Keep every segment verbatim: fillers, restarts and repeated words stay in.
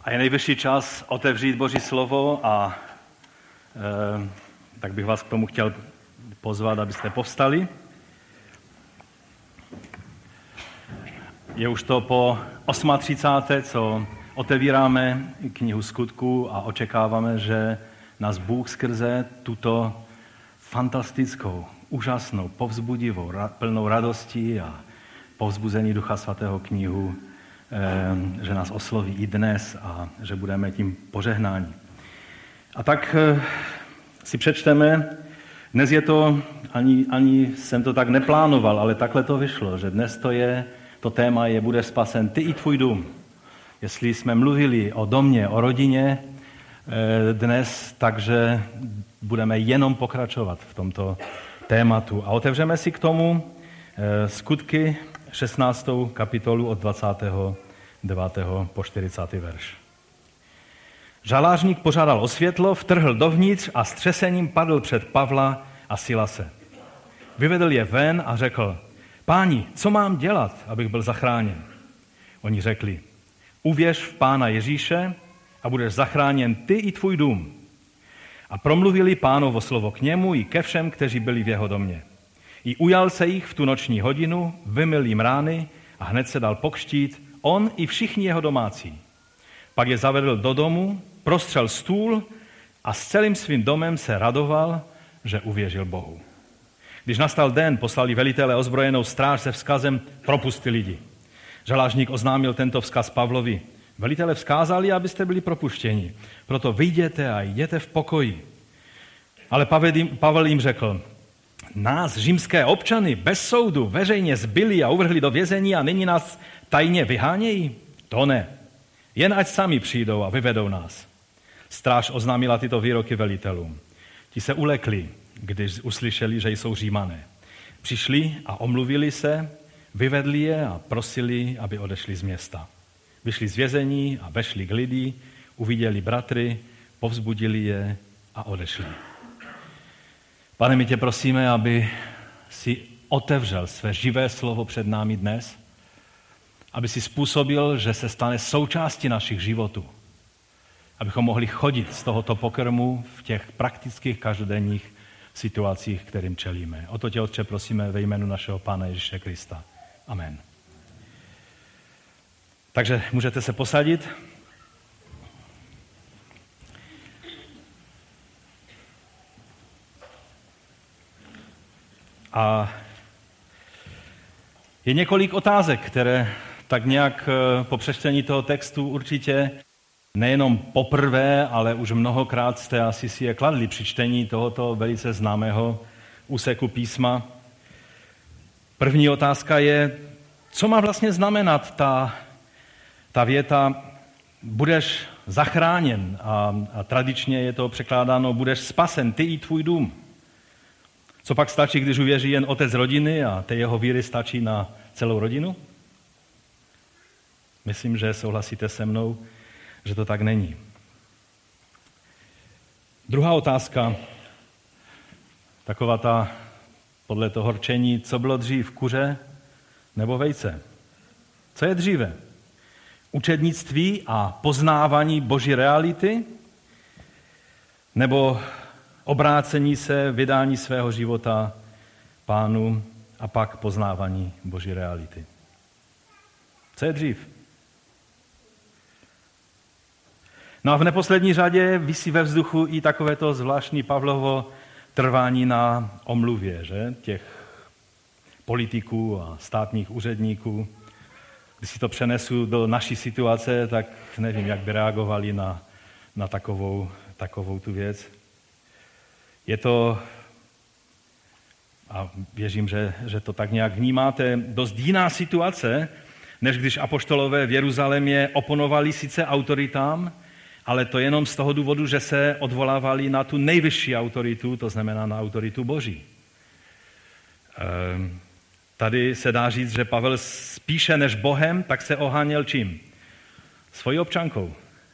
A je nejvyšší čas otevřít Boží slovo a e, tak bych vás k tomu chtěl pozvat, abyste povstali. Je už to po třicáté osmé co otevíráme knihu Skutků a očekáváme, že nás Bůh skrze tuto fantastickou, úžasnou, povzbudivou, plnou radostí a povzbuzení Ducha Svatého knihu, že nás osloví i dnes a že budeme tím požehnáni. A tak si přečteme, dnes je to, ani, ani jsem to tak neplánoval, ale takhle to vyšlo, že dnes to je, to téma je, budeš spasen ty i tvůj dům. Jestli jsme mluvili o domě, o rodině dnes, takže budeme jenom pokračovat v tomto tématu. A otevřeme si k tomu Skutky šestnáctou kapitolu od dvacátého devátého po čtyřicátý verš. Žalářník požádal o světlo, vtrhl dovnitř a s třesením padl před Pavla a Silase. Vyvedl je ven a řekl, páni, co mám dělat, abych byl zachráněn? Oni řekli, uvěř v Pána Ježíše a budeš zachráněn ty i tvůj dům. A promluvili Pánovo slovo k němu i ke všem, kteří byli v jeho domě. I ujal se jich v tu noční hodinu, vymyl jim rány a hned se dal pokřtít, on i všichni jeho domácí. Pak je zavedl do domu, prostřel stůl a s celým svým domem se radoval, že uvěřil Bohu. Když nastal den, poslali velitele ozbrojenou stráž se vzkazem propusti lidi. Žalářník oznámil tento vzkaz Pavlovi. Velitele vzkázali, abyste byli propuštěni. Proto vyjděte a jděte v pokoji. Ale Pavel jim, Pavel jim řekl, nás, římské občany, bez soudu veřejně zbili a uvrhli do vězení a nyní nás tajně vyhánějí? To ne. Jen ať sami přijdou a vyvedou nás. Stráž oznámila tyto výroky velitelům. Ti se ulekli, když uslyšeli, že jsou Římané. Přišli a omluvili se, vyvedli je a prosili, aby odešli z města. Vyšli z vězení a vešli k lidi, uviděli bratry, povzbudili je a odešli. Pane, my tě prosíme, aby si otevřel své živé slovo před námi dnes, aby si způsobil, že se stane součástí našich životů, abychom mohli chodit z tohoto pokrmu v těch praktických každodenních situacích, kterým čelíme. O to tě, Otče, prosíme ve jménu našeho Pána Ježíše Krista. Amen. Takže můžete se posadit. A je několik otázek, které tak nějak po přečtení toho textu určitě nejenom poprvé, ale už mnohokrát jste asi si je kladli při čtení tohoto velice známého úseku písma. První otázka je, co má vlastně znamenat ta, ta věta budeš zachráněn a, a tradičně je to překládáno budeš spasen, ty i tvůj dům. Co pak stačí, když uvěří jen otec rodiny a té jeho víry stačí na celou rodinu? Myslím, že souhlasíte se mnou, že to tak není. Druhá otázka, taková ta podle toho rčení, co bylo dřív, kuře nebo vejce? Co je dříve? Učednictví a poznávání Boží reality? Nebo obrácení se, vydání svého života Pánu a pak poznávání Boží reality? Co je dřív? No a v neposlední řadě visí ve vzduchu i takovéto zvláštní Pavlovo trvání na omluvě, že? Těch politiků a státních úředníků. Když si to přenesu do naší situace, tak nevím, jak by reagovali na, na takovou, takovou tu věc. Je to, a věřím, že, že to tak nějak vnímáte, dost jiná situace, než když apoštolové v Jeruzalémě oponovali sice autoritám, ale to jenom z toho důvodu, že se odvolávali na tu nejvyšší autoritu, to znamená na autoritu Boží. Ehm, tady se dá říct, že Pavel spíše než Bohem, tak se oháněl čím? Svojí občankou.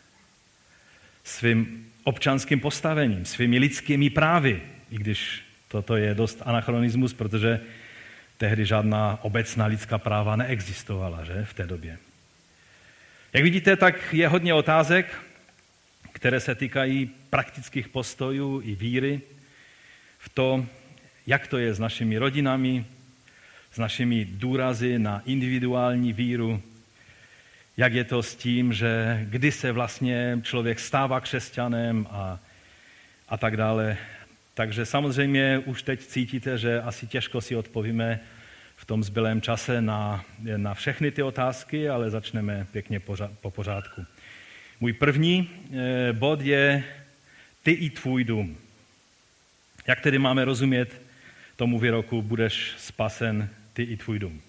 Svým občanským postavením, svými lidskými právy, i když toto je dost anachronismus, protože tehdy žádná obecná lidská práva neexistovala, že, v té době. Jak vidíte, tak je hodně otázek, které se týkají praktických postojů i víry v to, jak to je s našimi rodinami, s našimi důrazy na individuální víru, jak je to s tím, že kdy se vlastně člověk stává křesťanem a, a tak dále. Takže samozřejmě už teď cítíte, že asi těžko si odpovíme v tom zbylém čase na, na všechny ty otázky, ale začneme pěkně po pořádku. Můj první bod je ty i tvůj dům. Jak tedy máme rozumět tomu výroku, budeš spasen ty i tvůj dům?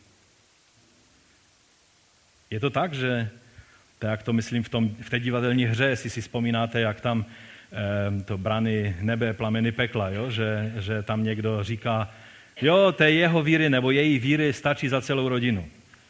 Je to tak, že, tak jak to myslím v, tom, v té divadelní hře, jestli si vzpomínáte, jak tam eh, to brany nebe, plameny pekla, jo? Že, že tam někdo říká, jo, té jeho víry nebo její víry stačí za celou rodinu.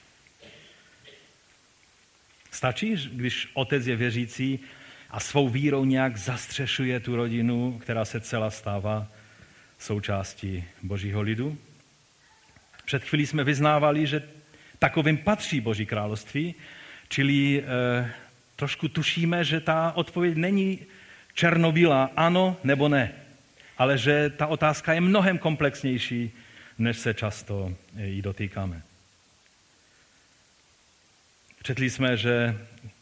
Stačí, když otec je věřící a svou vírou nějak zastřešuje tu rodinu, která se celá stává součástí Božího lidu? Před chvílí jsme vyznávali, že takovým patří Boží království, čili eh, trošku tušíme, že ta odpověď není černobílá, ano nebo ne, ale že ta otázka je mnohem komplexnější, než se často jí dotýkáme. Četli jsme, že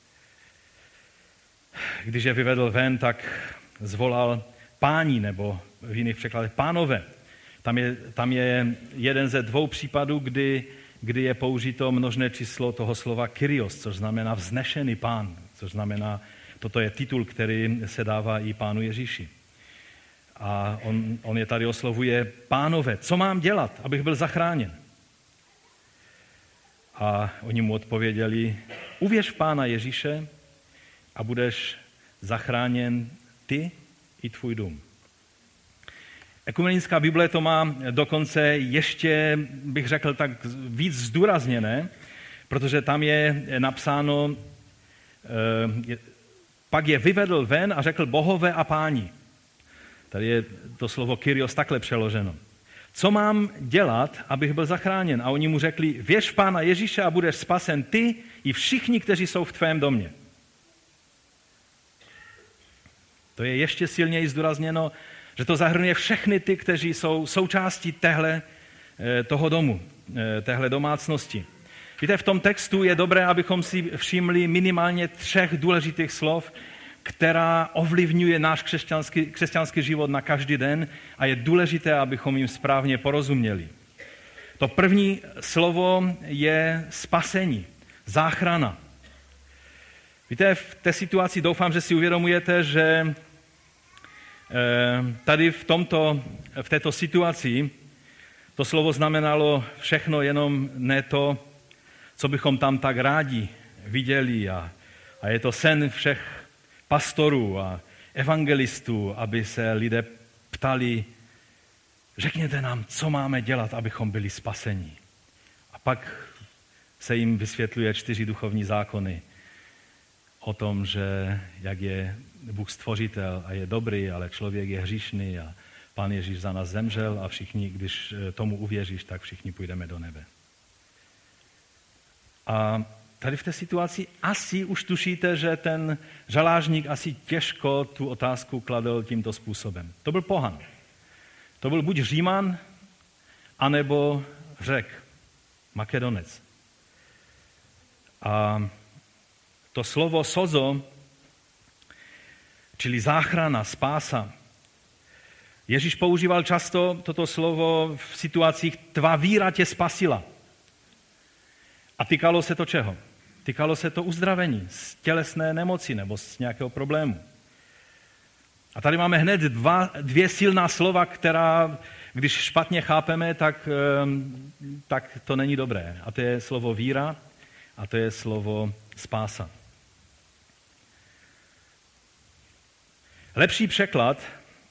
když je vyvedl ven, tak zvolal páni, nebo v jiných překladech pánové. Tam je, tam je jeden ze dvou případů, kdy, kdy je použito množné číslo toho slova Kyrios, což znamená vznešený pán, což znamená, toto je titul, který se dává i pánu Ježíši. A on, on je tady oslovuje, pánové, co mám dělat, abych byl zachráněn? A oni mu odpověděli, uvěř v Pána Ježíše a budeš zachráněn ty i tvůj dům. Ekumenická Bible to má dokonce ještě, bych řekl, tak víc zdůrazněné, protože tam je napsáno, eh, pak je vyvedl ven a řekl bohové a páni. Tady je to slovo Kyrios takhle přeloženo. Co mám dělat, abych byl zachráněn? A oni mu řekli, věř v Pána Ježíše a budeš spasen ty i všichni, kteří jsou v tvém domě. To je ještě silněji zdůrazněno, že to zahrnuje všechny ty, kteří jsou součástí téhle, toho domu, téhle domácnosti. Víte, v tom textu je dobré, abychom si všimli minimálně třech důležitých slov, která ovlivňuje náš křesťanský, křesťanský život na každý den a je důležité, abychom jim správně porozuměli. To první slovo je spasení, záchrana. Víte, v té situaci doufám, že si uvědomujete, že tady v, tomto, v této situaci to slovo znamenalo všechno, jenom ne to, co bychom tam tak rádi viděli. A, a je to sen všech pastorů a evangelistů, aby se lidé ptali, řekněte nám, co máme dělat, abychom byli spaseni. A pak se jim vysvětluje čtyři duchovní zákony o tom, že jak je Bůh stvořitel a je dobrý, ale člověk je hříšný a Pán Ježíš za nás zemřel a všichni, když tomu uvěříš, tak všichni půjdeme do nebe. A tady v té situaci asi už tušíte, že ten žalářník asi těžko tu otázku kladl tímto způsobem. To byl pohan. To byl buď Říman, anebo Řek, Makedonec. A to slovo sozo, čili záchrana, spása, Ježíš používal často toto slovo v situacích tvá víra tě spasila. A týkalo se to čeho? Týkalo se to uzdravení z tělesné nemoci nebo z nějakého problému. A tady máme hned dva, dvě silná slova, která, když špatně chápeme, tak, tak to není dobré. A to je slovo víra a to je slovo spása. Lepší překlad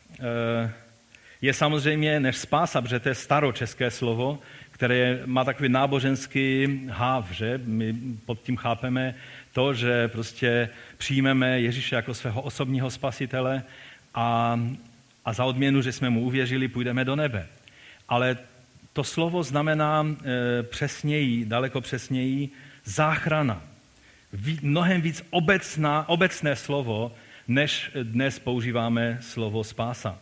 je samozřejmě než spása, protože to je staročeské slovo, které má takový náboženský háv, že? My pod tím chápeme to, že prostě přijmeme Ježíše jako svého osobního spasitele a, a za odměnu, že jsme mu uvěřili, půjdeme do nebe. Ale to slovo znamená e, přesněji, daleko přesněji, záchrana. mnohem víc obecná, obecné slovo, než dnes používáme slovo spása.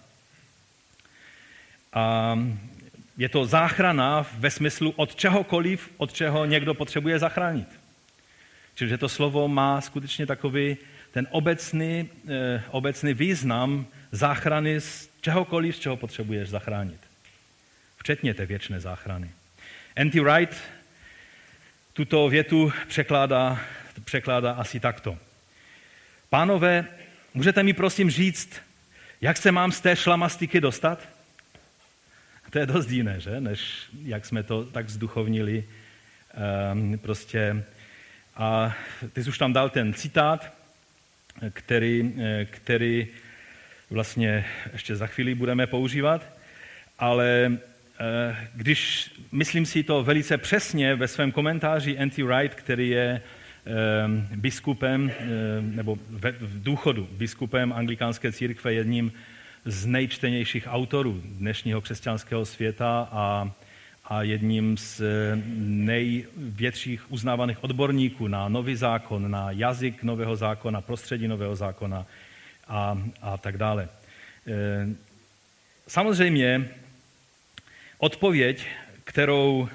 A je to záchrana ve smyslu od čehokoliv, od čeho někdo potřebuje zachránit. Čili to slovo má skutečně takový ten obecný, eh, obecný význam záchrany z čehokoliv, z čeho potřebuješ zachránit. Včetně té věčné záchrany. N T Wright tuto větu překládá, překládá asi takto. Pánové, můžete mi prosím říct, jak se mám z té šlamastiky dostat? To je dost jiné, že? Než jak jsme to tak zduchovnili. Um, prostě. A ty jsi už tam dal ten citát, který, který vlastně ještě za chvíli budeme používat, ale když myslím si to velice přesně ve svém komentáři N T Wright, který je biskupem, nebo v důchodu biskupem anglikánské církve, jedním z nejčtenějších autorů dnešního křesťanského světa a, a jedním z největších uznávaných odborníků na nový zákon, na jazyk nového zákona, prostředí nového zákona a, a tak dále. Samozřejmě odpověď, kterou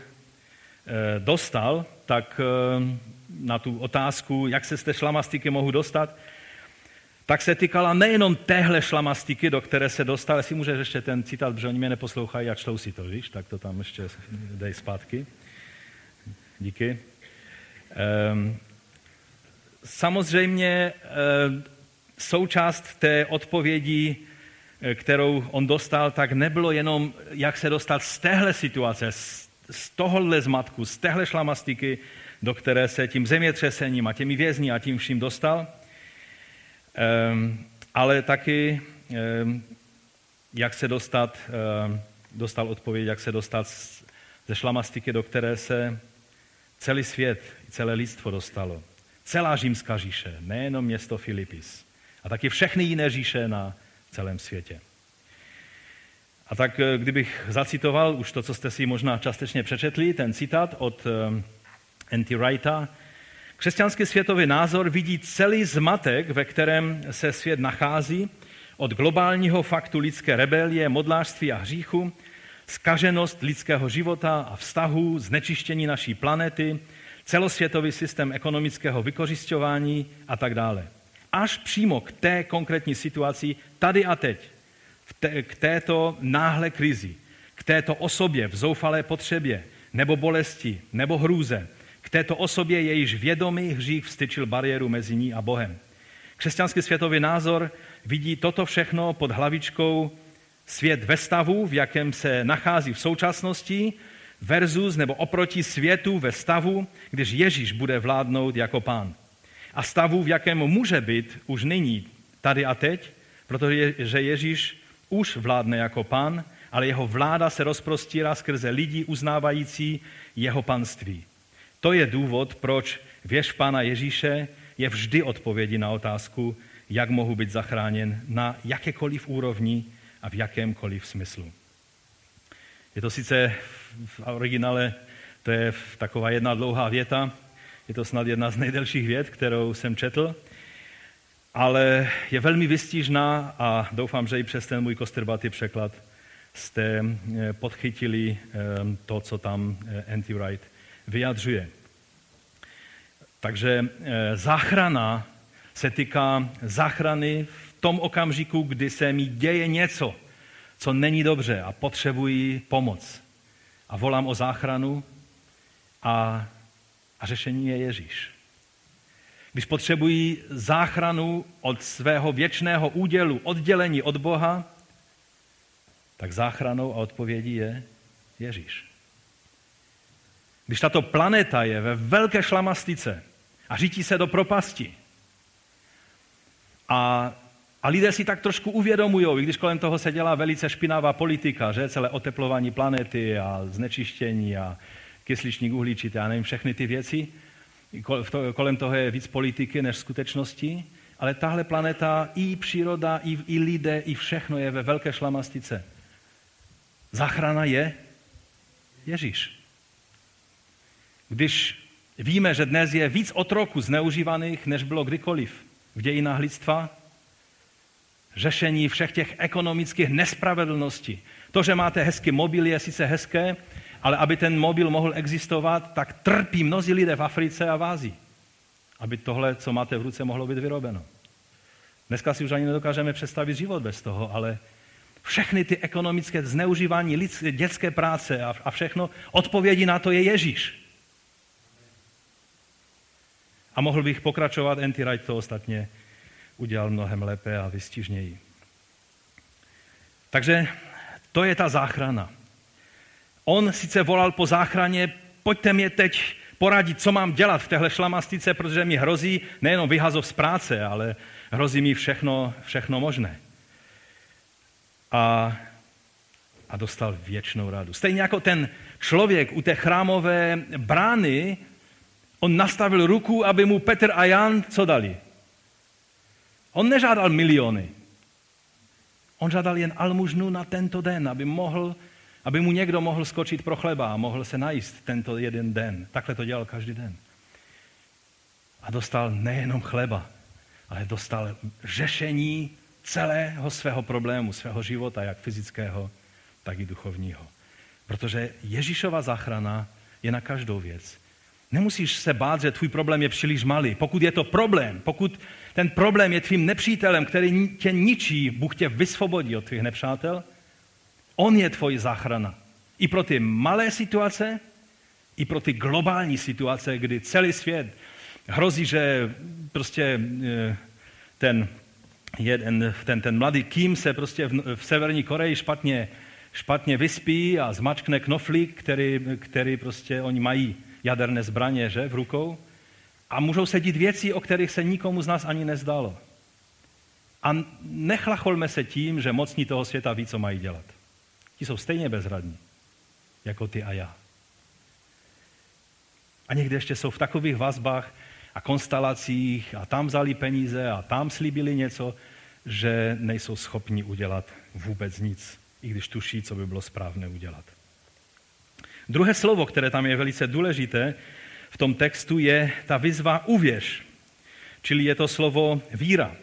dostal, tak na tu otázku, jak se z té šlamastiky mohu dostat, tak se týkala nejenom téhle šlamastiky, do které se dostal, jestli můžeš ještě ten citát, protože oni mě neposlouchají a čtou si to, víš, tak to tam ještě dej zpátky. Díky. Ehm, samozřejmě ehm, součást té odpovědi, kterou on dostal, tak nebylo jenom, jak se dostat z téhle situace, z, z tohohle zmatku, z téhle šlamastiky, do které se tím zemětřesením a těmi vězni a tím vším dostal, Um, ale taky, um, jak se dostat, um, dostal odpověď, jak se dostat z, ze šlamastiky, do které se celý svět, celé lidstvo dostalo. Celá římská říše, nejenom město Filipis, a taky všechny jiné říše na celém světě. A tak, kdybych zacitoval už to, co jste si možná částečně přečetli, ten citát od um, N T Wrighta, křesťanský světový názor vidí celý zmatek, ve kterém se svět nachází, od globálního faktu lidské rebelie, modlářství a hříchu, zkaženost lidského života a vztahů, znečištění naší planety, celosvětový systém ekonomického vykořisťování a tak dále. Až přímo k té konkrétní situaci tady a teď, k této náhle krizi, k této osobě v zoufalé potřebě, nebo bolesti, nebo hrůze, k této osobě jejíž vědomý hřích vstyčil bariéru mezi ní a Bohem. Křesťanský světový názor vidí toto všechno pod hlavičkou svět ve stavu, v jakém se nachází v současnosti, versus nebo oproti světu ve stavu, když Ježíš bude vládnout jako pán. A stavu, v jakém může být už nyní, tady a teď, protože že Ježíš už vládne jako pán, ale jeho vláda se rozprostírá skrze lidi uznávající jeho panství. To je důvod, proč věř Pána Ježíše je vždy odpovědí na otázku, jak mohu být zachráněn na jakékoliv úrovni a v jakémkoliv smyslu. Je to sice v originále, to je taková jedna dlouhá věta, je to snad jedna z nejdelších vět, kterou jsem četl, ale je velmi vystižná a doufám, že i přes ten můj kostrbatý překlad jste podchytili to, co tam N T Wright vyjadřuje. Takže záchrana se týká záchrany v tom okamžiku, kdy se mi děje něco, co není dobře a potřebuji pomoc. A volám o záchranu a, a řešení je Ježíš. Když potřebuji záchranu od svého věčného údělu, oddělení od Boha, tak záchranou a odpovědí je Ježíš. Když tato planeta je ve velké šlamastice a řítí se do propasti a, a lidé si tak trošku uvědomují, i když kolem toho se dělá velice špinavá politika, že? Celé oteplování planety a znečištění a kysličník uhličitý, já nevím, všechny ty věci, kolem toho je víc politiky než skutečnosti, ale tahle planeta, i příroda, i, i lidé, i všechno je ve velké šlamastice. Záchrana je Ježíš. Když Víme, že dnes je víc otroků zneužívaných, než bylo kdykoliv v dějinách lidstva. Řešení všech těch ekonomických nespravedlností. To, že máte hezký mobil, je sice hezké, ale aby ten mobil mohl existovat, tak trpí mnozí lidé v Africe a v Ázii. Aby tohle, co máte v ruce, mohlo být vyrobeno. Dneska si už ani nedokážeme představit život bez toho, ale všechny ty ekonomické zneužívání lidské, dětské práce a, a všechno, odpovědí na to je Ježíš. A mohl bych pokračovat, N T Wright to ostatně udělal mnohem lépe a vystižněji. Takže to je ta záchrana. On sice volal po záchraně, pojďte mě teď poradit, co mám dělat v téhle šlamastice, protože mi hrozí nejenom vyhazov z práce, ale hrozí mi všechno, všechno možné. A, a dostal věčnou radu. Stejně jako ten člověk u té chrámové brány, on nastavil ruku, aby mu Petr a Jan co dali? On nežádal miliony. On žádal jen almužnu na tento den, aby mohl, aby mu někdo mohl skočit pro chleba a mohl se najíst tento jeden den. Takhle to dělal každý den. A dostal nejenom chleba, ale dostal řešení celého svého problému, svého života, jak fyzického, tak i duchovního. Protože Ježíšova záchrana je na každou věc. Nemusíš se bát, že tvůj problém je příliš malý. Pokud je to problém, pokud ten problém je tvým nepřítelem, který tě ničí, Bůh tě vysvobodí od tvých nepřátel, on je tvoje záchrana. I pro ty malé situace, i pro ty globální situace, kdy celý svět hrozí, že prostě ten, jeden, ten, ten mladý Kim se prostě v, v Severní Koreji špatně, špatně vyspí a zmačkne knoflík, který, který prostě oni mají jaderné zbraně, že, v rukou. A můžou se dít věci, o kterých se nikomu z nás ani nezdálo. A nechlacholme se tím, že mocní toho světa ví, co mají dělat. Ti jsou stejně bezradní, jako ty a já. A někdy ještě jsou v takových vazbách a konstelacích a tam vzali peníze a tam slíbili něco, že nejsou schopni udělat vůbec nic, i když tuší, co by bylo správné udělat. Druhé slovo, které tam je velice důležité v tom textu, je ta výzva uvěř, čili je to slovo víra.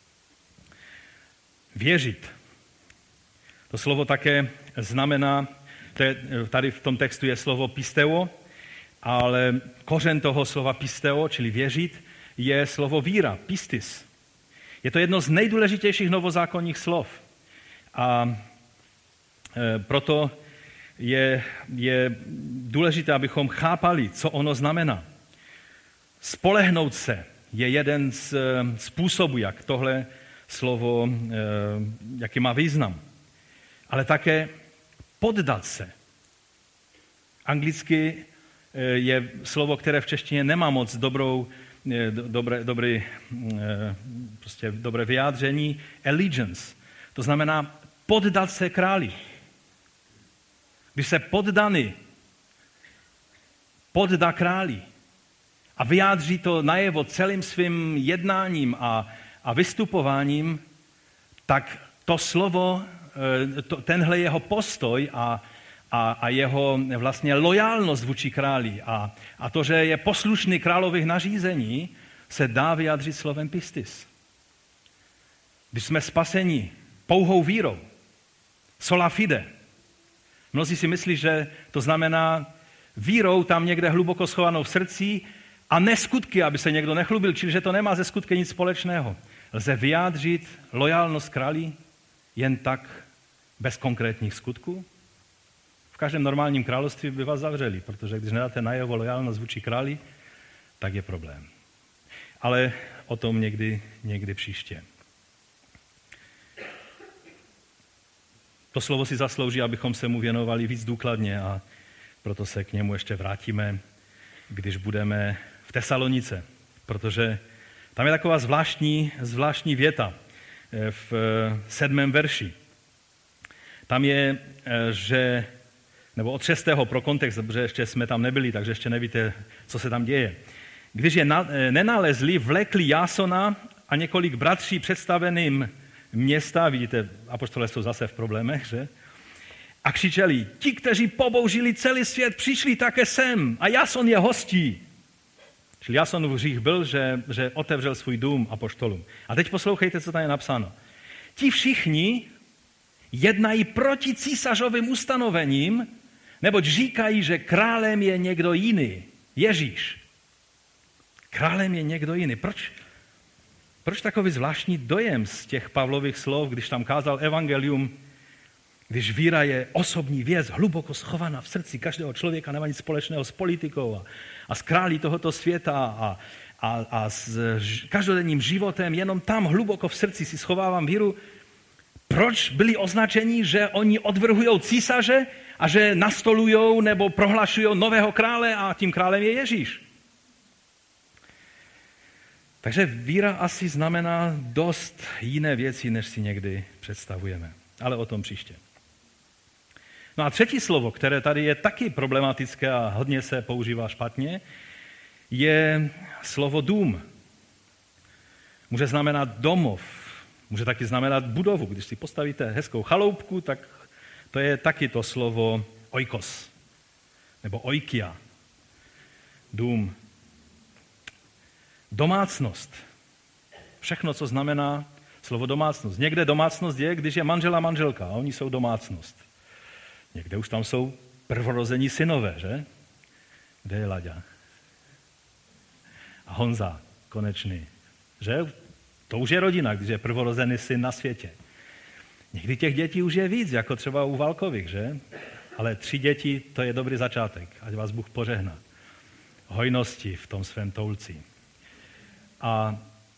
Věřit. To slovo také znamená, tady v tom textu je slovo pisteo, ale kořen toho slova pisteo, čili věřit, je slovo víra, pistis. Je to jedno z nejdůležitějších novozákonních slov. A e, proto je, je důležité, abychom chápali, co ono znamená. Spolehnout se je jeden z způsobů, jak tohle slovo, e, jaký má význam. Ale také poddat se. Anglicky je slovo, které v češtině nemá moc dobrou, dobré, dobré, prostě dobré vyjádření. Allegiance. To znamená poddat se králi. Když se poddaný poddá králi a vyjádří to najevo celým svým jednáním a, a vystupováním, tak to slovo, to, tenhle jeho postoj a A, a jeho vlastně lojálnost vůči králi a, a to, že je poslušný králových nařízení, se dá vyjádřit slovem pistis. Když jsme spaseni pouhou vírou, sola fide. Mnozí si myslí, že to znamená vírou tam někde hluboko schovanou v srdci a ne skutky, aby se někdo nechlubil, čili že to nemá ze skutky nic společného. Lze vyjádřit lojálnost králi jen tak bez konkrétních skutků? V každém normálním království by vás zavřeli, protože když nedáte najevo lojálnost vůči králi, tak je problém. Ale o tom někdy, někdy příště. To slovo si zaslouží, abychom se mu věnovali víc důkladně a proto se k němu ještě vrátíme, když budeme v Tesalonice, protože tam je taková zvláštní, zvláštní věta v sedmém verši. Tam je, že nebo od šestého pro kontext, protože ještě jsme tam nebyli, takže ještě nevíte, co se tam děje. Když je na, nenalezli, vlekli Jásona a několik bratří představeným města, vidíte, apoštolé jsou zase v problémech, že? A křičeli, ti, kteří pobouřili celý svět, přišli také sem a Jáson je hostí. Čili Jasonův hřích byl, že, že otevřel svůj dům apoštolům. A teď poslouchejte, co tam je napsáno. Ti všichni jednají proti císařovým ustanovením, neboť říkají, že králem je někdo jiný. Ježíš. Králem je někdo jiný. Proč, proč takový zvláštní dojem z těch Pavlových slov, když tam kázal evangelium, když víra je osobní věc, hluboko schovaná v srdci každého člověka, nemá nic společného s politikou a, a s králí tohoto světa a, a, a s každodenním životem, jenom tam hluboko v srdci si schovávám víru. Proč byli označeni, že oni odvrhují císaře a že nastolují nebo prohlašují nového krále a tím králem je Ježíš? Takže víra asi znamená dost jiné věci, než si někdy představujeme. Ale o tom příště. No a třetí slovo, které tady je taky problematické a hodně se používá špatně, je slovo dům. Může znamenat domov, může taky znamenat budovu. Když si postavíte hezkou chaloupku, tak to je taky to slovo oikos, nebo oikia, dům. Domácnost. Všechno, co znamená slovo domácnost. Někde domácnost je, když je manžel a manželka, a oni jsou domácnost. Někde už tam jsou prvorození synové, že? Kde je Laďa? A Honza, konečný. Že? To už je rodina, když je prvorozený syn na světě. Někdy těch dětí už je víc, jako třeba u Válkových, že? Ale tři děti, to je dobrý začátek. Ať vás Bůh požehná. Hojnosti v tom svém toulci. A,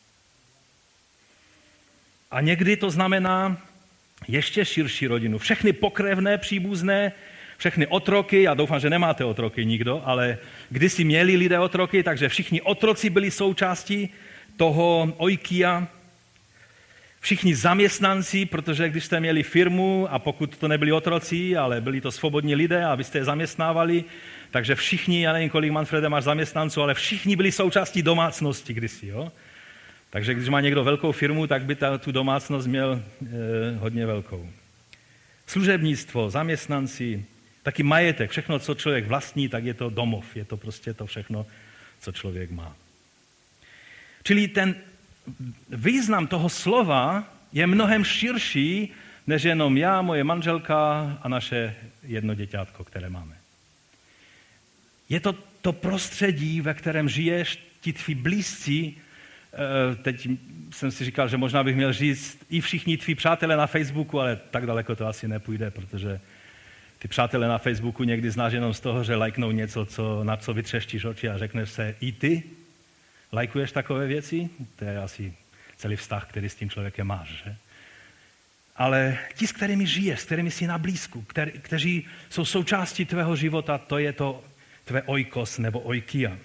a někdy to znamená ještě širší rodinu. Všechny pokrevné, příbuzné, všechny otroky, já doufám, že nemáte otroky nikdo, ale kdysi měli lidé otroky, takže všichni otroci byli součástí toho oikia. Všichni zaměstnanci, protože když jste měli firmu a pokud to nebyli otroci, ale byli to svobodní lidé a vy jste je zaměstnávali, takže všichni, já nevím, kolik Manfrede máš zaměstnanců, ale všichni byli součástí domácnosti kdysi, jo? Takže když má někdo velkou firmu, tak by ta, tu domácnost měl eh, hodně velkou. Služebnictvo, zaměstnanci, taky majetek, všechno, co člověk vlastní, tak je to domov, je to prostě to všechno, co člověk má. Čili ten význam toho slova je mnohem širší, než jenom já, moje manželka a naše jedno děťátko, které máme. Je to to prostředí, ve kterém žiješ, ti tví blízcí. Teď jsem si říkal, že možná bych měl říct i všichni tví přátelé na Facebooku, ale tak daleko to asi nepůjde, protože ty přátelé na Facebooku někdy znáš jenom z toho, že lajknou něco, co, na co vytřeštíš oči a řekneš se, i ty lajkuješ takové věci? To je asi celý vztah, který s tím člověkem máš, že? Ale ti, s kterými žiješ, s kterými jsi na blízku, který, kteří jsou součástí tvého života, to je to tvé oikos nebo oikia.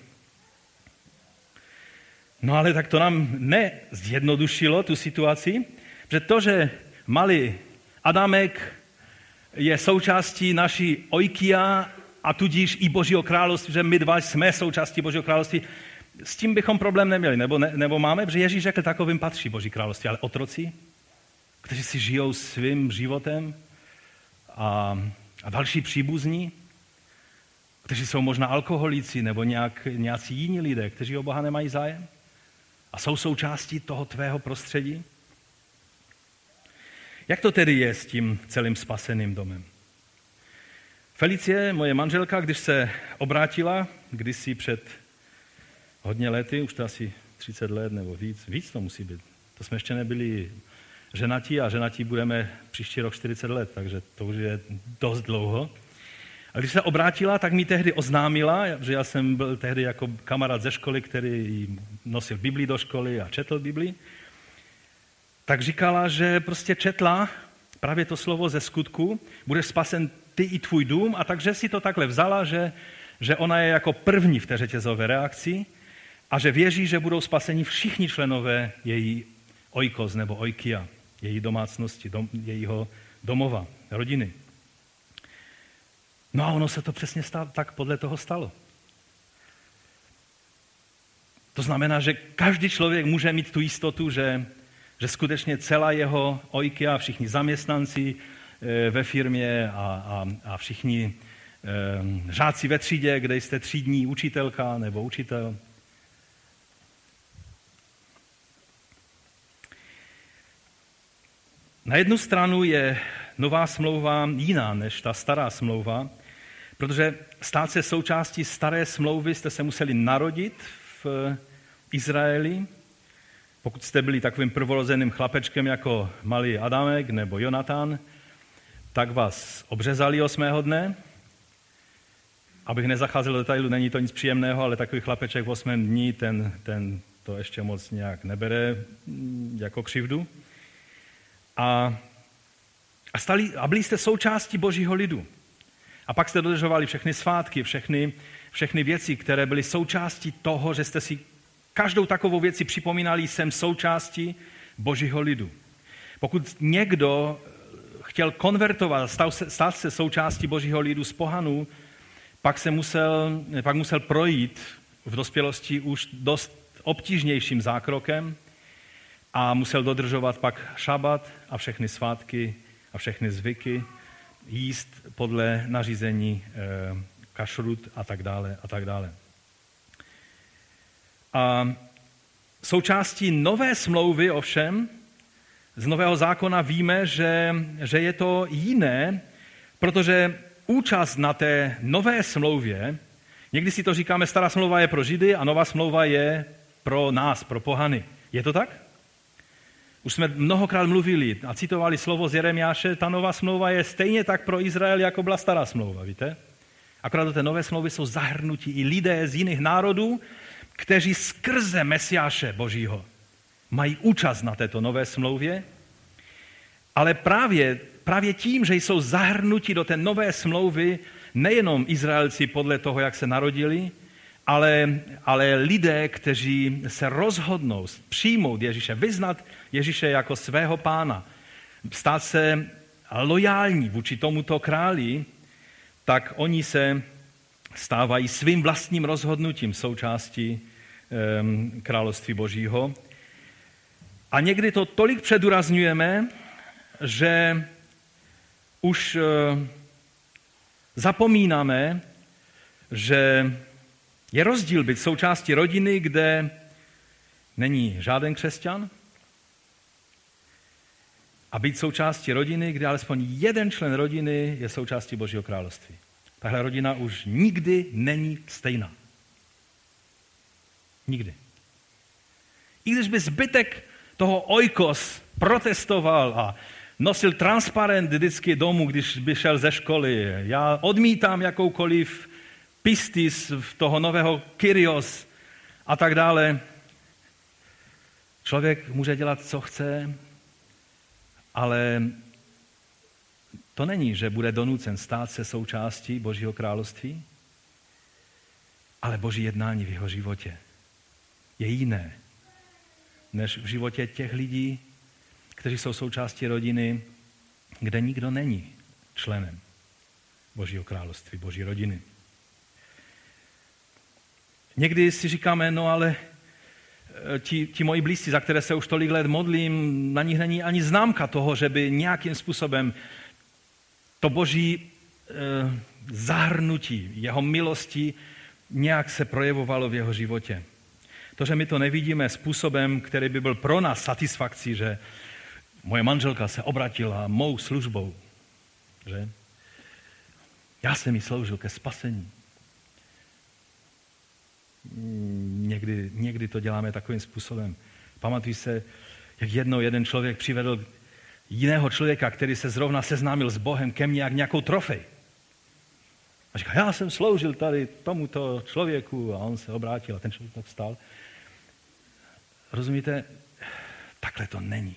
No ale tak to nám nezjednodušilo tu situaci, že to, že malý Adamek je součástí naší oikia a tudíž i Božího království, že my dva jsme součástí Božího království, s tím bychom problém neměli, nebo, ne, nebo máme, protože Ježíš řekl, takovým patří Boží království, ale otroci, kteří si žijou svým životem a, a další příbuzní, kteří jsou možná alkoholici nebo nějak, nějací jiní lidé, kteří o Boha nemají zájem a jsou součástí toho tvého prostředí. Jak to tedy je s tím celým spaseným domem? Felicie, moje manželka, když se obrátila, kdysi před hodně lety, už to asi třicet let nebo víc, víc to musí být. To jsme ještě nebyli ženatí a ženatí budeme příští rok čtyřicet let, takže to už je dost dlouho. A když se obrátila, tak mi tehdy oznámila, že já jsem byl tehdy jako kamarád ze školy, který nosil Bibli do školy a četl Bibli, tak říkala, že prostě četla právě to slovo ze skutku, budeš spasen ty i tvůj dům, a takže si to takhle vzala, že, že ona je jako první v té řetězové reakci a že věří, že budou spaseni všichni členové její oikos nebo oikia, její domácnosti, dom, jejího domova, rodiny. No a ono se to přesně stalo, tak podle toho stalo. To znamená, že každý člověk může mít tu jistotu, že, že skutečně celá jeho oikia, všichni zaměstnanci e, ve firmě a, a, a všichni e, žáci ve třídě, kde jste třídní učitelka nebo učitel, Na jednu stranu je nová smlouva jiná než ta stará smlouva, protože stát se součástí staré smlouvy jste se museli narodit v Izraeli. Pokud jste byli takovým prvorozeným chlapečkem jako malý Adamek nebo Jonatan, tak vás obřezali osmého dne. Abych nezacházel do detailu, není to nic příjemného, ale takový chlapeček v osmém dní, ten, ten to ještě moc nějak nebere jako křivdu. A, a, stali, a byli jste součástí Božího lidu. A pak jste dodržovali všechny svátky, všechny, všechny věci, které byly součástí toho, že jste si každou takovou věci připomínali, jsem součástí Božího lidu. Pokud někdo chtěl konvertovat, stal se, stal se součástí Božího lidu z pohanů, pak, se musel, pak musel projít v dospělosti už dost obtížnějším zákrokem a musel dodržovat pak šabat a všechny svátky a všechny zvyky, jíst podle nařízení e, kašrut a tak dále a tak dále. A součástí nové smlouvy ovšem, z nového zákona víme, že, že je to jiné, protože účast na té nové smlouvě, někdy si to říkáme, stará smlouva je pro Židy a nová smlouva je pro nás, pro pohany. Je to tak? Už jsme mnohokrát mluvili a citovali slovo z Jeremiáše, ta nová smlouva je stejně tak pro Izrael, jako byla stará smlouva, víte? Akorát do té nové smlouvy jsou zahrnutí i lidé z jiných národů, kteří skrze Mesiáše Božího mají účast na této nové smlouvě, ale právě, právě tím, že jsou zahrnuti do té nové smlouvy nejenom Izraelci podle toho, jak se narodili, ale, ale lidé, kteří se rozhodnou přijmout Ježíše, vyznat Ježíše jako svého pána, stát se lojální vůči tomuto králi, tak oni se stávají svým vlastním rozhodnutím součástí um, království Božího. A někdy to tolik předůrazňujeme, že už uh, zapomínáme, že je rozdíl být součástí rodiny, kde není žádný křesťan, a být součástí rodiny, kde alespoň jeden člen rodiny je součástí Božího království. Tahle rodina už nikdy není stejná. Nikdy. I když by zbytek toho oikos protestoval a nosil transparent vždycky domů, když by šel ze školy. Já odmítám jakoukoliv pistis v toho nového Kyrios a tak dále. Člověk může dělat, co chce, ale to není, že bude donucen stát se součástí Božího království, ale Boží jednání v jeho životě je jiné než v životě těch lidí, kteří jsou součástí rodiny, kde nikdo není členem Božího království, Boží rodiny. Někdy si říkáme, no ale ti, ti moji blízcí, za které se už tolik let modlím, na nich není ani známka toho, že by nějakým způsobem to Boží eh, zahrnutí, jeho milosti nějak se projevovalo v jeho životě. To, že my to nevidíme způsobem, který by byl pro nás satisfakcí, že moje manželka se obratila mou službou, že já jsem jí sloužil ke spasení. Někdy, někdy to děláme takovým způsobem. Pamatuj se, jak jednou jeden člověk přivedl jiného člověka, který se zrovna seznámil s Bohem, ke mně jak nějakou trofej. A říká, já jsem sloužil tady tomuto člověku, a on se obrátil a ten člověk tak vstal. Rozumíte? Takhle to není.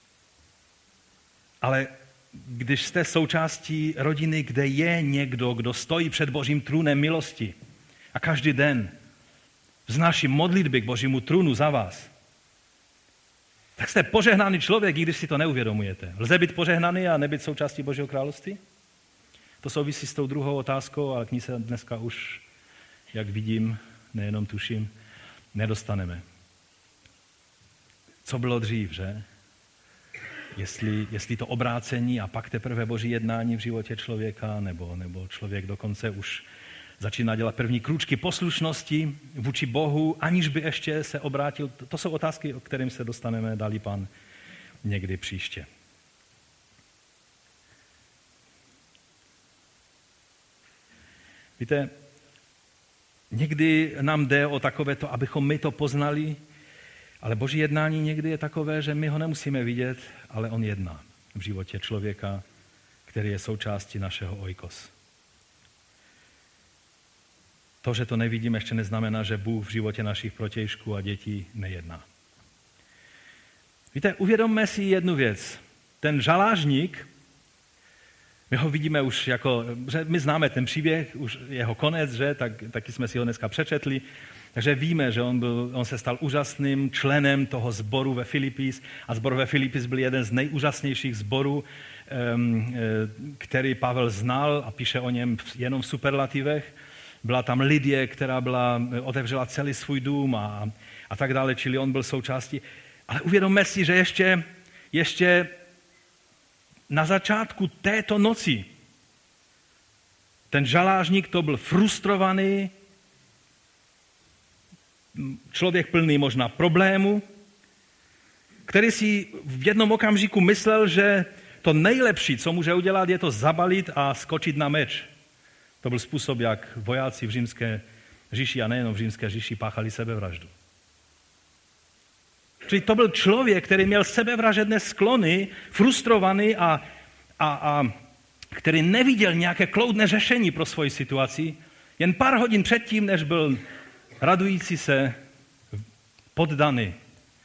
Ale když jste součástí rodiny, kde je někdo, kdo stojí před Božím trůnem milosti a každý den vznáší modlitby k Božímu trůnu za vás, tak jste požehnaný člověk, i když si to neuvědomujete. Lze být požehnaný a nebýt součástí Božího království? To souvisí s tou druhou otázkou, ale k ní se dneska už, jak vidím, nejenom tuším, nedostaneme. Co bylo dřív, že? Jestli, jestli to obrácení a pak teprve Boží jednání v životě člověka, nebo, nebo člověk dokonce už začíná dělat první krůčky poslušnosti vůči Bohu, aniž by ještě se obrátil. To jsou otázky, o kterým se dostaneme, dali Pán někdy příště. Víte, někdy nám jde o takové to, abychom my to poznali, ale Boží jednání někdy je takové, že my ho nemusíme vidět, ale on jedná v životě člověka, který je součástí našeho oikos. To, že to nevidíme, ještě neznamená, že Bůh v životě našich protějšků a dětí nejedná. Víte, uvědomme si jednu věc. Ten žalářník, my ho vidíme už jako, že my známe ten příběh, už jeho konec, že, tak, taky jsme si ho dneska přečetli, takže víme, že on, byl, on se stal úžasným členem toho sboru ve Filipis a sbor ve Filipis byl jeden z nejúžasnějších sborů, který Pavel znal a píše o něm jenom v superlativech. Byla tam Lidie, která byla, otevřela celý svůj dům a, a tak dále, čili on byl součástí. Ale uvědomme si, že ještě, ještě na začátku této noci ten žalářník to byl frustrovaný, člověk plný možná problému, který si v jednom okamžiku myslel, že to nejlepší, co může udělat, je to zabalit a skočit na meč. To byl způsob, jak vojáci v římské říši a nejenom v římské říši páchali sebevraždu. Čili to byl člověk, který měl sebevražedné sklony, frustrovaný a, a, a který neviděl nějaké kloudné řešení pro svoji situaci, jen pár hodin předtím, než byl radující se poddaný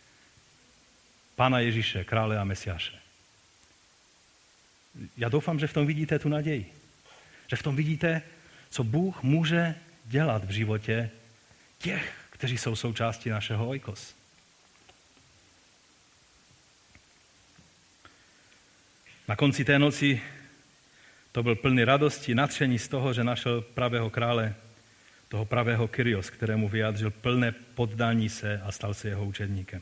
Pána Ježíše, krále a Mesiáše. Já doufám, že v tom vidíte tu naději. Že v tom vidíte, co Bůh může dělat v životě těch, kteří jsou součástí našeho oikos. Na konci té noci to byl plný radosti, nadšení z toho, že našel pravého krále, toho pravého Kyrios, kterému vyjádřil plné poddání se a stal se jeho učedníkem.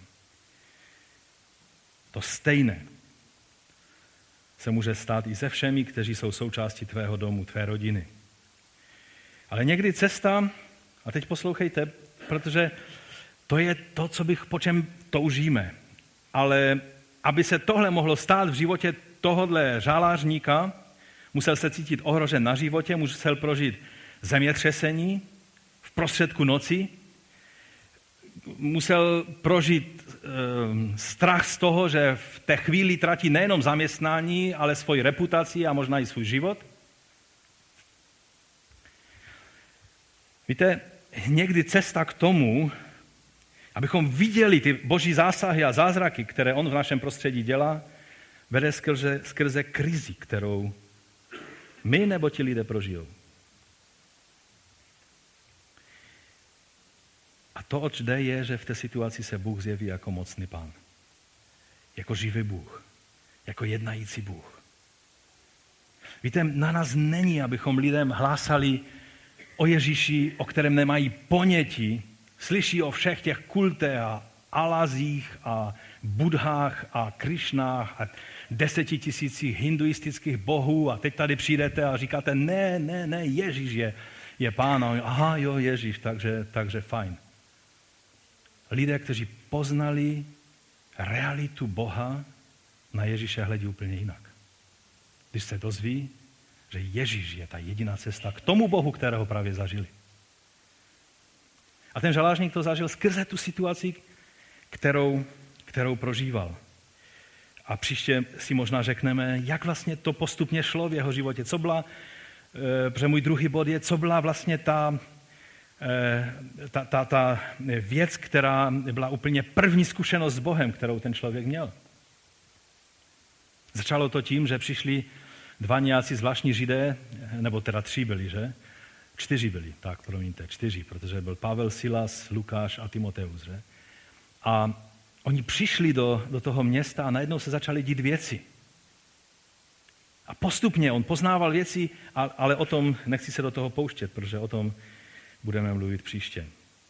To stejné se může stát i se všemi, kteří jsou součástí tvého domu, tvé rodiny. Ale někdy cesta, a teď poslouchejte, protože to je to, co bych, po čem toužíme. Ale aby se tohle mohlo stát v životě tohodle žalářníka, musel se cítit ohrožen na životě, musel prožít zemětřesení v prostředku noci, musel prožít e, strach z toho, že v té chvíli tratí nejenom zaměstnání, ale svoji reputaci a možná i svůj život. Víte, někdy cesta k tomu, abychom viděli ty boží zásahy a zázraky, které on v našem prostředí dělá, vede skrze, skrze krizi, kterou my nebo ti lidé prožijou. A to, oč jde, je, že v té situaci se Bůh zjeví jako mocný Pán. Jako živý Bůh. Jako jednající Bůh. Víte, na nás není, abychom lidem hlásali o Ježíši, o kterém nemají ponětí, slyší o všech těch kultech a alazích a budhách a krišnách a deseti tisících hinduistických bohů a teď tady přijdete a říkáte, ne, ne, ne, Ježíš je, je Pán. Aha, jo, Ježíš, takže, takže fajn. Lidé, kteří poznali realitu Boha, na Ježíše hledí úplně jinak. Když se dozví, že Ježíš je ta jediná cesta k tomu Bohu, kterého právě zažili. A ten žalářník to zažil skrze tu situaci, kterou, kterou prožíval. A příště si možná řekneme, jak vlastně to postupně šlo v jeho životě. Co byla, protože můj druhý bod je, co byla vlastně ta, ta, ta, ta věc, která byla úplně první zkušenost s Bohem, kterou ten člověk měl. Začalo to tím, že přišli dva nějací zvláštní Židé, nebo teda tři byli, že? Čtyři byli, tak promiňte, čtyři, protože byl Pavel, Silas, Lukáš a Timoteus, že? A oni přišli do, do toho města a najednou se začaly dít věci. A postupně on poznával věci, ale o tom nechci se do toho pouštět, protože o tom budeme mluvit příště.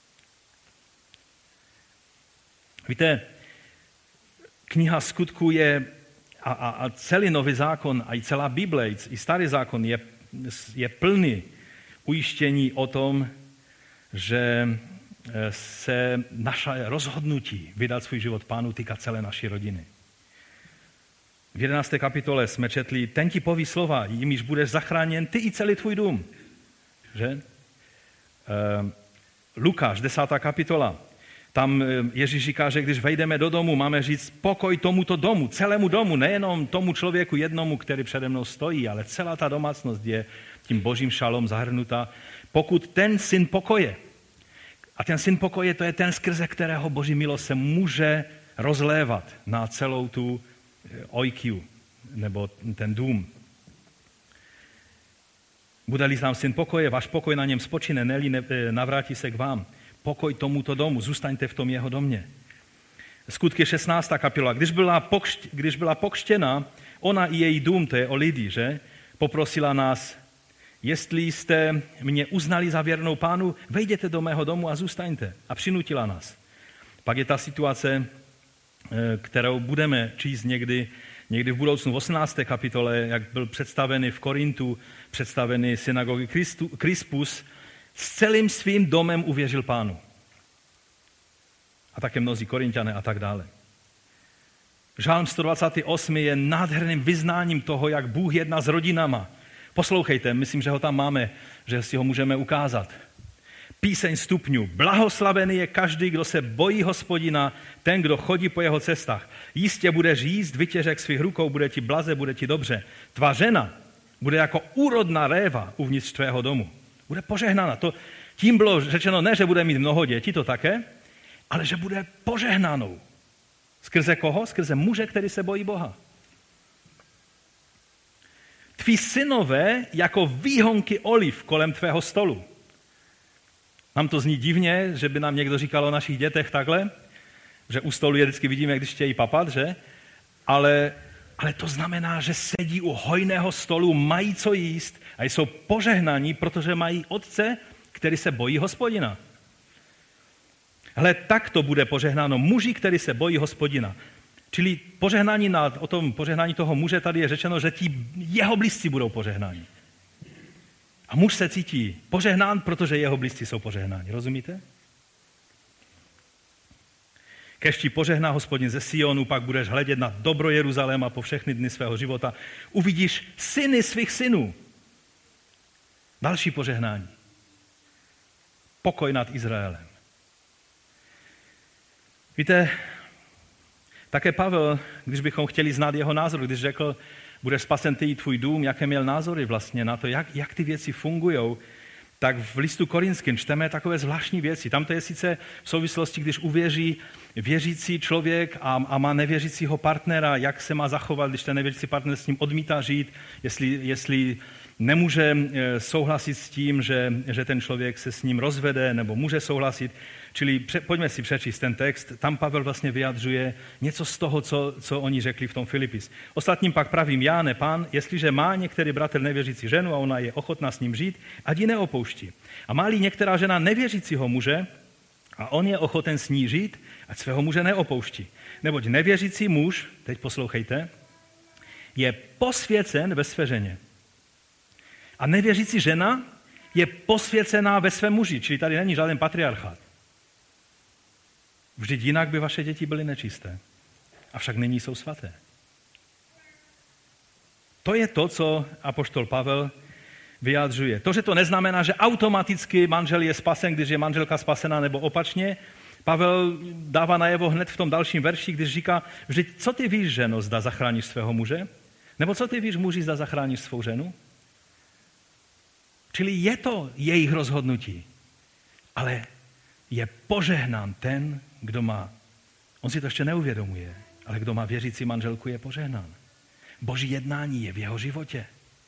Víte, kniha Skutků je a, a, a celý Nový zákon a i celá Bible, i Starý zákon je, je plný ujištění o tom, že se naše rozhodnutí vydat svůj život Pánu týká celé naší rodiny. V jedenácté kapitole jsme četli, ten ti poví slova, jimiž budeš zachráněn ty i celý tvůj dům. že? Lukáš, desátá kapitola. Tam Ježíš říká, že když vejdeme do domu, máme říct pokoj tomuto domu, celému domu, nejenom tomu člověku jednomu, který přede mnou stojí, ale celá ta domácnost je tím božím šalom zahrnuta. Pokud ten syn pokoje, a ten syn pokoje, to je ten, skrze kterého boží milost se může rozlévat na celou tu ojkiu, nebo ten dům. Bude-li tam syn pokoje, váš pokoj na něm spočine, ne-li navrátí se k vám. Pokoj tomuto domu, zůstaňte v tom jeho domě. Skutky šestnáctá kapitola. Když byla, pokšť, když byla pokštěna, ona i její dům, to je o Lidii, že? Poprosila nás, jestli jste mě uznali za věrnou pánu, vejděte do mého domu a zůstaňte. A přinutila nás. Pak je ta situace, kterou budeme číst někdy, někdy v budoucnu, v osmnácté kapitole, jak byl představený v Korintu, představený synagogy Krispus, s celým svým domem uvěřil pánu. A také mnozí Korinťané a tak dále. Žálm sto dvacet osm je nádherným vyznáním toho, jak Bůh jedná s rodinama. Poslouchejte, myslím, že ho tam máme, že si ho můžeme ukázat. Píseň stupňů. Blahoslavený je každý, kdo se bojí Hospodina, ten, kdo chodí po jeho cestách. Jistě budeš jíst vytěžek svých rukou, bude ti blaze, bude ti dobře. Tvá žena bude jako úrodná réva uvnitř tvého domu. Bude požehnána. To, tím bylo řečeno ne, že bude mít mnoho dětí, to také, ale že bude požehnanou. Skrze koho? Skrze muže, který se bojí Boha. Tví synové jako výhonky oliv kolem tvého stolu. Nám to zní divně, že by nám někdo říkal o našich dětech takhle, že u stolu je vždycky vidíme, když chtějí papat, že? Ale, ale to znamená, že sedí u hojného stolu, mají co jíst a jsou požehnaní, protože mají otce, který se bojí Hospodina. Hle, tak to bude požehnáno muži, který se bojí Hospodina. Čili požehnání na, o tom požehnání toho muže tady je řečeno, že ti jeho blízci budou požehnáni. A muž se cítí požehnán, protože jeho blízci jsou požehnáni. Rozumíte? Kež ti požehná Hospodin ze Sionu, pak budeš hledět na dobro Jeruzaléma po všechny dny svého života. Uvidíš syny svých synů. Další požehnání. Pokoj nad Izraelem. Víte, také Pavel, když bychom chtěli znát jeho názor, když řekl, budeš spasen ty i tvůj dům, jaké měl názory vlastně na to, jak, jak ty věci fungují, tak v listu Korinským čteme takové zvláštní věci. Tam to je sice v souvislosti, když uvěří věřící člověk a, a má nevěřícího partnera, jak se má zachovat, když ten nevěřící partner s ním odmítá žít, jestli, jestli nemůže souhlasit s tím, že, že ten člověk se s ním rozvede, nebo může souhlasit. Čili pře, pojďme si přečíst ten text. Tam Pavel vlastně vyjadřuje něco z toho, co, co oni řekli v tom Filipis. Ostatním pak pravím já, ne pán, jestliže má některý bratr nevěřící ženu a ona je ochotná s ním žít, ať ji neopouští. A má-li některá žena nevěřícího muže a on je ochoten s ní žít, ať svého muže neopouští. Neboť nevěřící muž, teď poslouchejte, je posvěcen ve své ženě. A nevěřící žena je posvěcená ve svém muži, čili tady není žádný patriarchát. Vždyť jinak by vaše děti byly nečisté. Avšak nyní jsou svaté. To je to, co apoštol Pavel vyjadřuje. To, že to neznamená, že automaticky manžel je spasen, když je manželka spasená, nebo opačně. Pavel dává najevo hned v tom dalším verši, když říká, vždyť co ty víš, ženo, zda zachráníš svého muže? Nebo co ty víš, muži, zda zachráníš svou ženu? Čili je to jejich rozhodnutí. Ale je požehnán ten, kdo má, on si to ještě neuvědomuje, ale kdo má věřící manželku, je požehnán. Boží jednání je v jeho životě.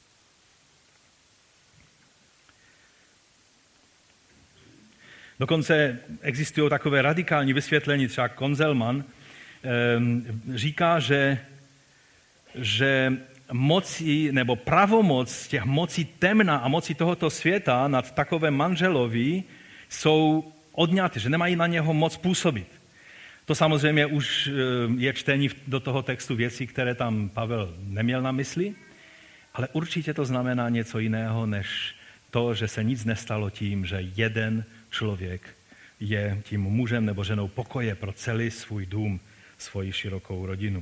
Dokonce existují takové radikální vysvětlení, třeba Konzelman říká, že, že moci nebo pravomoc těch mocí temna a moci tohoto světa nad takové manželovi jsou odňaty, že nemají na něho moc působit. To samozřejmě už je čtení do toho textu věcí, které tam Pavel neměl na mysli, ale určitě to znamená něco jiného, než to, že se nic nestalo tím, že jeden člověk je tím mužem nebo ženou pokoje pro celý svůj dům, svoji širokou rodinu.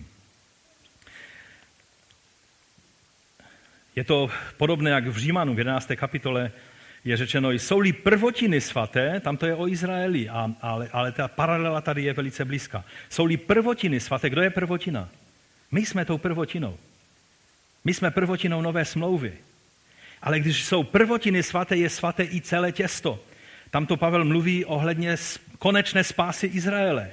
Je to podobné jak v Římanům v jedenácté kapitole, je řečeno, jsou-li prvotiny svaté, tam to je o Izraeli, a, ale, ale ta paralela tady je velice blízká. Jsou-li prvotiny svaté, kdo je prvotina? My jsme tou prvotinou. My jsme prvotinou nové smlouvy. Ale když jsou prvotiny svaté, je svaté i celé těsto. Tamto Pavel mluví ohledně konečné spásy Izraele.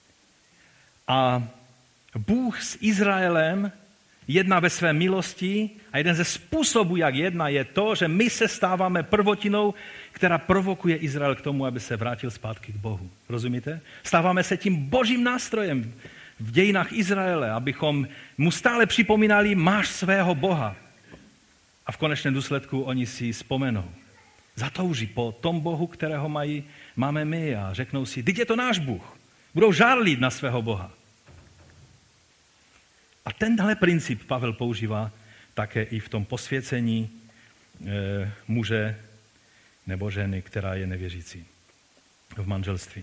A Bůh s Izraelem jedná ve své milosti a jeden ze způsobů, jak jedná, je to, že my se stáváme prvotinou, která provokuje Izrael k tomu, aby se vrátil zpátky k Bohu. Rozumíte? Stáváme se tím božím nástrojem v dějinách Izraele, abychom mu stále připomínali, máš svého Boha. A v konečném důsledku oni si vzpomenou. Zatouží po tom Bohu, kterého mají, máme my a řeknou si, teď je to náš Bůh. Budou žárlit na svého Boha. A tenhle princip Pavel používá také i v tom posvěcení e, muže nebo ženy, která je nevěřící v manželství.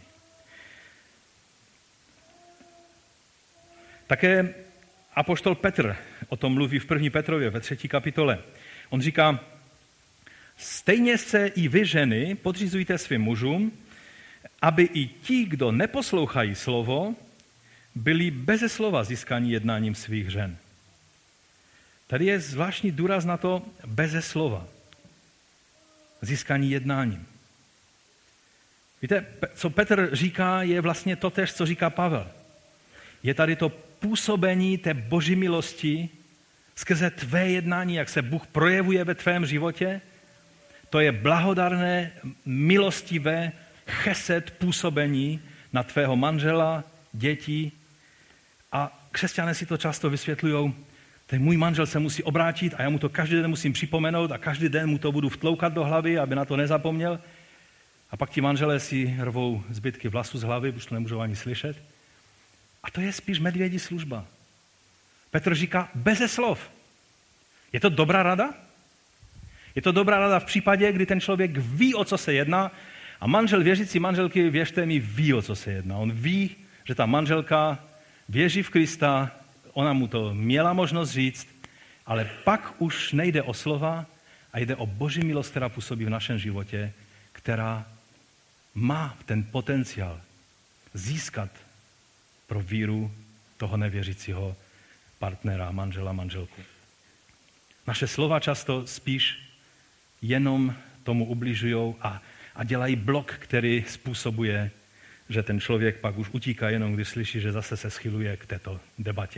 Také apoštol Petr o tom mluví v první Petrově ve třetí kapitole. On říká, stejně se i vy ženy podřizujte svým mužům, aby i ti, kdo neposlouchají slovo, byli beze slova získaní jednáním svých žen. Tady je zvláštní důraz na to beze slova. Získaní jednáním. Víte, co Petr říká, je vlastně totéž, co říká Pavel. Je tady to působení té boží milosti skrze tvé jednání, jak se Bůh projevuje ve tvém životě. To je blahodarné, milostivé, chesed působení na tvého manžela, děti. A křesťané si to často vysvětlují, ten můj manžel se musí obrátit a já mu to každý den musím připomenout a každý den mu to budu vtloukat do hlavy, aby na to nezapomněl. A pak ti manželé si rvou zbytky vlasů z hlavy, už to nemůžou ani slyšet. A to je spíš medvědí služba. Petr říká, beze slov. Je to dobrá rada? Je to dobrá rada v případě, kdy ten člověk ví, o co se jedná, a manžel, věřící manželky, věřte mi, ví, o co se jedná. On ví, že ta manželka věří v Krista, ona mu to měla možnost říct, ale pak už nejde o slova a jde o boží milost, která působí v našem životě, která má ten potenciál získat pro víru toho nevěřícího partnera, manžela, manželku. Naše slova často spíš jenom tomu ubližují a, a dělají blok, který způsobuje, že ten člověk pak už utíká jenom, když slyší, že zase se schyluje k této debatě.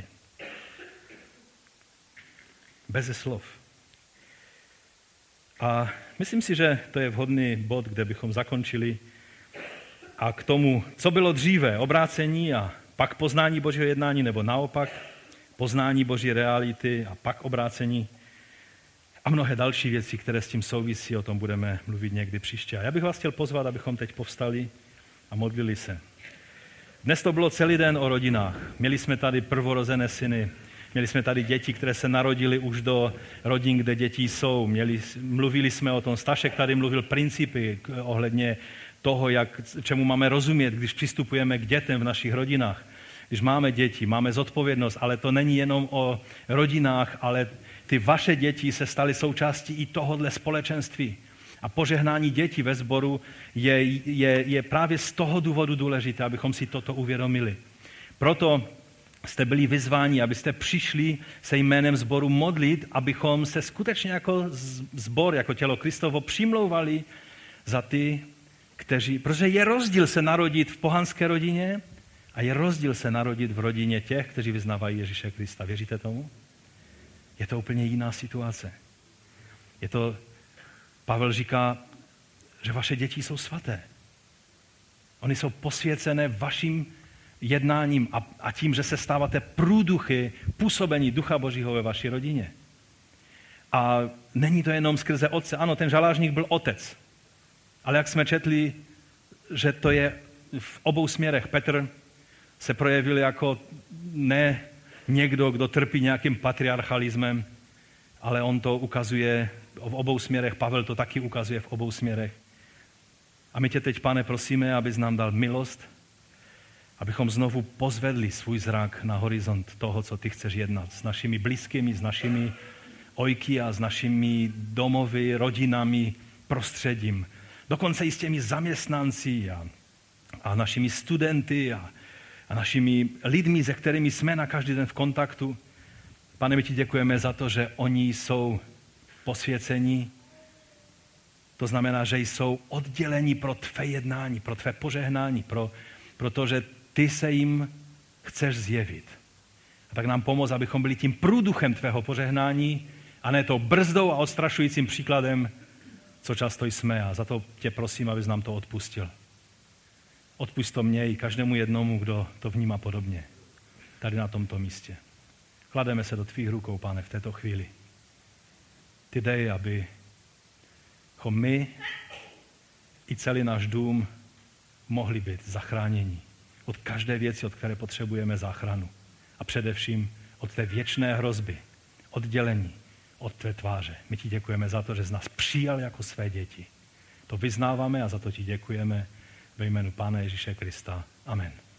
Beze slov. A myslím si, že to je vhodný bod, kde bychom zakončili. A k tomu, co bylo dříve, obrácení a pak poznání božího jednání, nebo naopak poznání boží reality a pak obrácení a mnohé další věci, které s tím souvisí, o tom budeme mluvit někdy příště. A já bych vás chtěl pozvat, abychom teď povstali a modlili se. Dnes to bylo celý den o rodinách. Měli jsme tady prvorozené syny, měli jsme tady děti, které se narodily už do rodin, kde děti jsou. Měli, mluvili jsme o tom, Stašek tady mluvil principy ohledně toho, jak, čemu máme rozumět, když přistupujeme k dětem v našich rodinách. Když máme děti, máme zodpovědnost, ale to není jenom o rodinách, ale ty vaše děti se staly součástí i tohohle společenství. A požehnání dětí ve sboru je, je, je právě z toho důvodu důležité, abychom si toto uvědomili. Proto jste byli vyzváni, abyste přišli se jménem sboru modlit, abychom se skutečně jako sbor, jako tělo Kristovo přimlouvali za ty, kteří, protože je rozdíl se narodit v pohanské rodině a je rozdíl se narodit v rodině těch, kteří vyznávají Ježíše Krista. Věříte tomu? Je to úplně jiná situace. Je to, Pavel říká, že vaše děti jsou svaté. Oni jsou posvěcené vaším jednáním a, a tím, že se stáváte průduchy působení Ducha Božího ve vaší rodině. A není to jenom skrze otce. Ano, ten žalářník byl otec. Ale jak jsme četli, že to je v obou směrech. Petr se projevil jako ne někdo, kdo trpí nějakým patriarchalismem, ale on to ukazuje v obou směrech. Pavel to taky ukazuje v obou směrech. A my tě teď, Pane, prosíme, abys nám dal milost, abychom znovu pozvedli svůj zrak na horizont toho, co ty chceš jednat s našimi blízkými, s našimi ojky a s našimi domovy, rodinami, prostředím, dokonce i s těmi zaměstnanci a, a našimi studenty a, a našimi lidmi, se kterými jsme na každý den v kontaktu. Pane, my ti děkujeme za to, že oni jsou posvěcení. To znamená, že jsou oddělení pro tvé jednání, pro tvé požehnání, pro, protože ty se jim chceš zjevit. A tak nám pomoz, abychom byli tím průduchem tvého požehnání a ne to brzdou a odstrašujícím příkladem, co často jsme. A za to tě prosím, abys nám to odpustil. Odpusť to mě i každému jednomu, kdo to vnímá podobně. Tady na tomto místě. Klademe se do tvých rukou, Pane, v této chvíli. Ty dej, aby my i celý náš dům mohli být zachráněni od každé věci, od které potřebujeme záchranu. A především od té věčné hrozby, oddělení od tvé tváře. My ti děkujeme za to, že z nás přijal jako své děti. To vyznáváme a za to ti děkujeme ve jménu Pána Ježíše Krista. Amen.